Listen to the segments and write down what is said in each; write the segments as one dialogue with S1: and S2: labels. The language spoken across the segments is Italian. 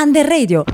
S1: Under Radio.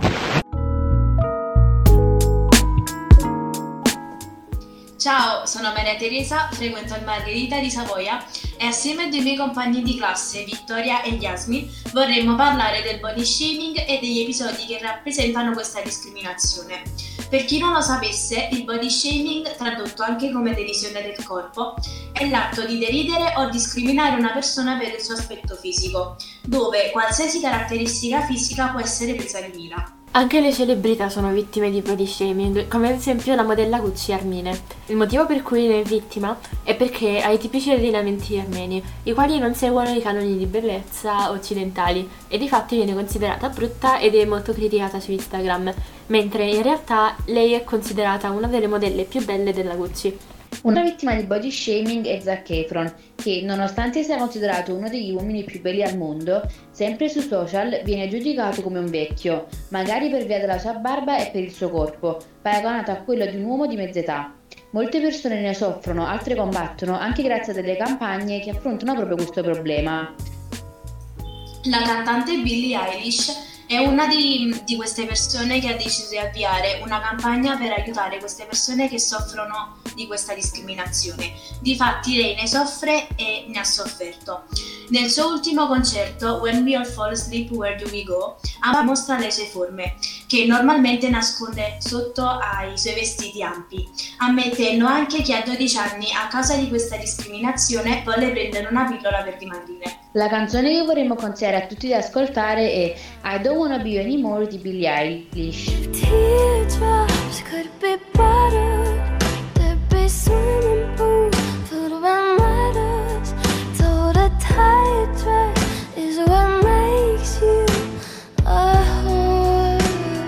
S2: Ciao, sono Maria Teresa, frequento il Margherita di Savoia e assieme ai due miei compagni di classe, Vittoria e Yasmin, vorremmo parlare del body shaming e degli episodi che rappresentano questa discriminazione. Per chi non lo sapesse, il body shaming, tradotto anche come derisione del corpo, è l'atto di deridere o discriminare una persona per il suo aspetto fisico, dove qualsiasi caratteristica fisica può essere presa di mira.
S3: Anche le celebrità sono vittime di body shaming, come ad esempio la modella Gucci Armine. Il motivo per cui ne è vittima è perché ha i tipici allineamenti armeni, i quali non seguono i canoni di bellezza occidentali, e difatti viene considerata brutta ed è molto criticata su Instagram, mentre in realtà lei è considerata una delle modelle più belle della Gucci.
S4: Una vittima di body shaming è Zac Efron, che nonostante sia considerato uno degli uomini più belli al mondo, sempre su social viene giudicato come un vecchio, magari per via della sua barba e per il suo corpo, paragonato a quello di un uomo di mezza età. Molte persone ne soffrono, altre combattono, anche grazie a delle campagne che affrontano proprio questo problema.
S2: La cantante Billie Eilish è una di queste persone che ha deciso di avviare una campagna per aiutare queste persone che soffrono di questa discriminazione. Difatti lei ne soffre e ne ha sofferto. Nel suo ultimo concerto, When We All Fall Asleep, Where Do We Go?, mostra le sue forme, che normalmente nasconde sotto ai suoi vestiti ampi, ammettendo anche che a 12 anni, a causa di questa discriminazione, volle prendere una pillola per dimagrire.
S4: La canzone che vorremmo consigliare a tutti di ascoltare è I Don't Wanna Be You Anymore di Billie Eilish.
S5: Teardrops could be buttered, there'd be swimming pools filled with letters. Told a tight dress is what makes you a whore.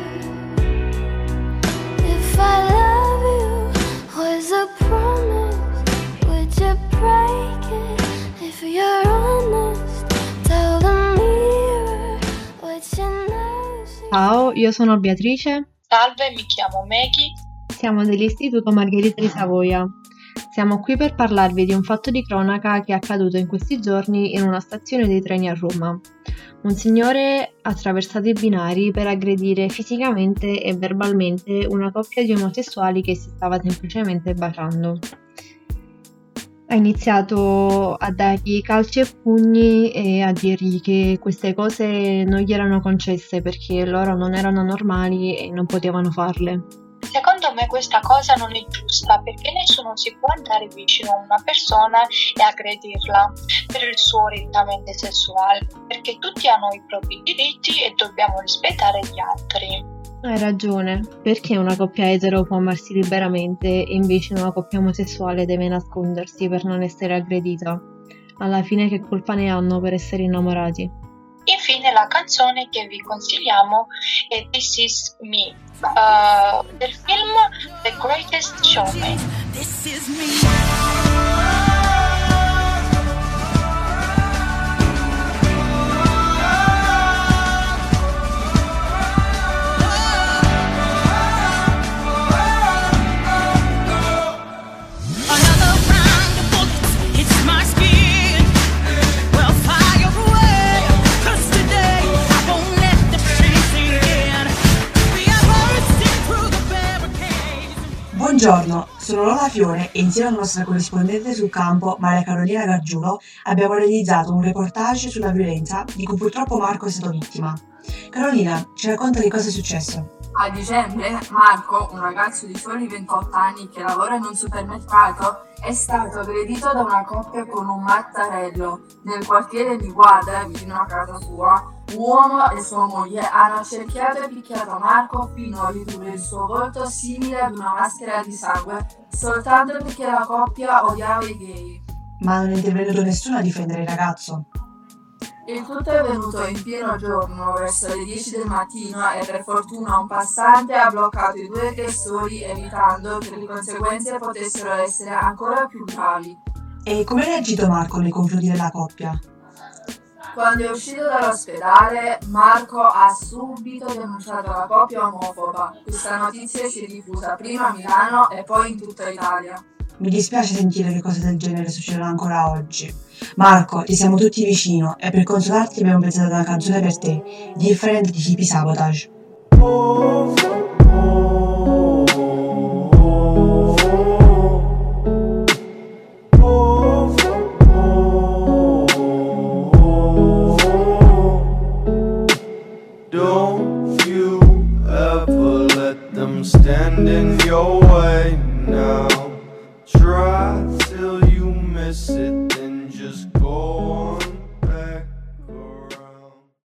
S5: If I love you was a promise, would you break it? If you're honest, tell the mirror what you know.
S6: Ciao, io sono Beatrice.
S7: Salve, mi chiamo Maggie.
S6: Siamo dell'Istituto Margherita di Savoia. Siamo qui per parlarvi di un fatto di cronaca che è accaduto in questi giorni in una stazione dei treni a Roma. Un signore ha attraversato i binari per aggredire fisicamente e verbalmente una coppia di omosessuali che si stava semplicemente baciando. Ha iniziato a dargli calci e pugni e a dirgli che queste cose non gli erano concesse perché loro non erano normali e non potevano farle.
S7: Secondo me questa cosa non è giusta perché nessuno si può andare vicino a una persona e aggredirla per il suo orientamento sessuale, perché tutti hanno i propri diritti e dobbiamo rispettare gli altri.
S6: Hai ragione, perché una coppia etero può amarsi liberamente e invece una coppia omosessuale deve nascondersi per non essere aggredita? Alla fine che colpa ne hanno per essere innamorati?
S7: Infine la canzone che vi consigliamo è This Is Me, del film The Greatest Showman.
S5: This is me.
S8: Buongiorno, sono Lola Fiore e insieme alla nostra corrispondente sul campo, Maria Carolina Gargiulo, abbiamo realizzato un reportage sulla violenza di cui purtroppo Marco è stato vittima. Carolina, ci racconta che cosa è successo?
S9: A dicembre, Marco, un ragazzo di soli 28 anni che lavora in un supermercato, è stato aggredito da una coppia con un mattarello. Nel quartiere di Guarda, vicino a casa sua, un uomo e sua moglie hanno cerchiato e picchiato Marco fino a ridurre il suo volto simile ad una maschera di sangue, soltanto perché la coppia odiava i gay.
S8: Ma non è intervenuto nessuno a difendere il ragazzo?
S9: Il tutto è avvenuto in pieno giorno, verso le 10 del mattino, e per fortuna un passante ha bloccato i due aggressori, evitando che le conseguenze potessero essere ancora più gravi.
S8: E come ha reagito Marco nei confronti della coppia?
S9: Quando è uscito dall'ospedale, Marco ha subito denunciato la coppia omofoba. Questa notizia si è diffusa prima a Milano e poi in tutta Italia.
S8: mi dispiace sentire che cose del genere succedono ancora oggi. Marco, ti siamo tutti vicino e per consolarti abbiamo pensato a una canzone per te, Different di Hippie Sabotage.
S1: Don't you ever let them stand in your way now. Try till you miss it.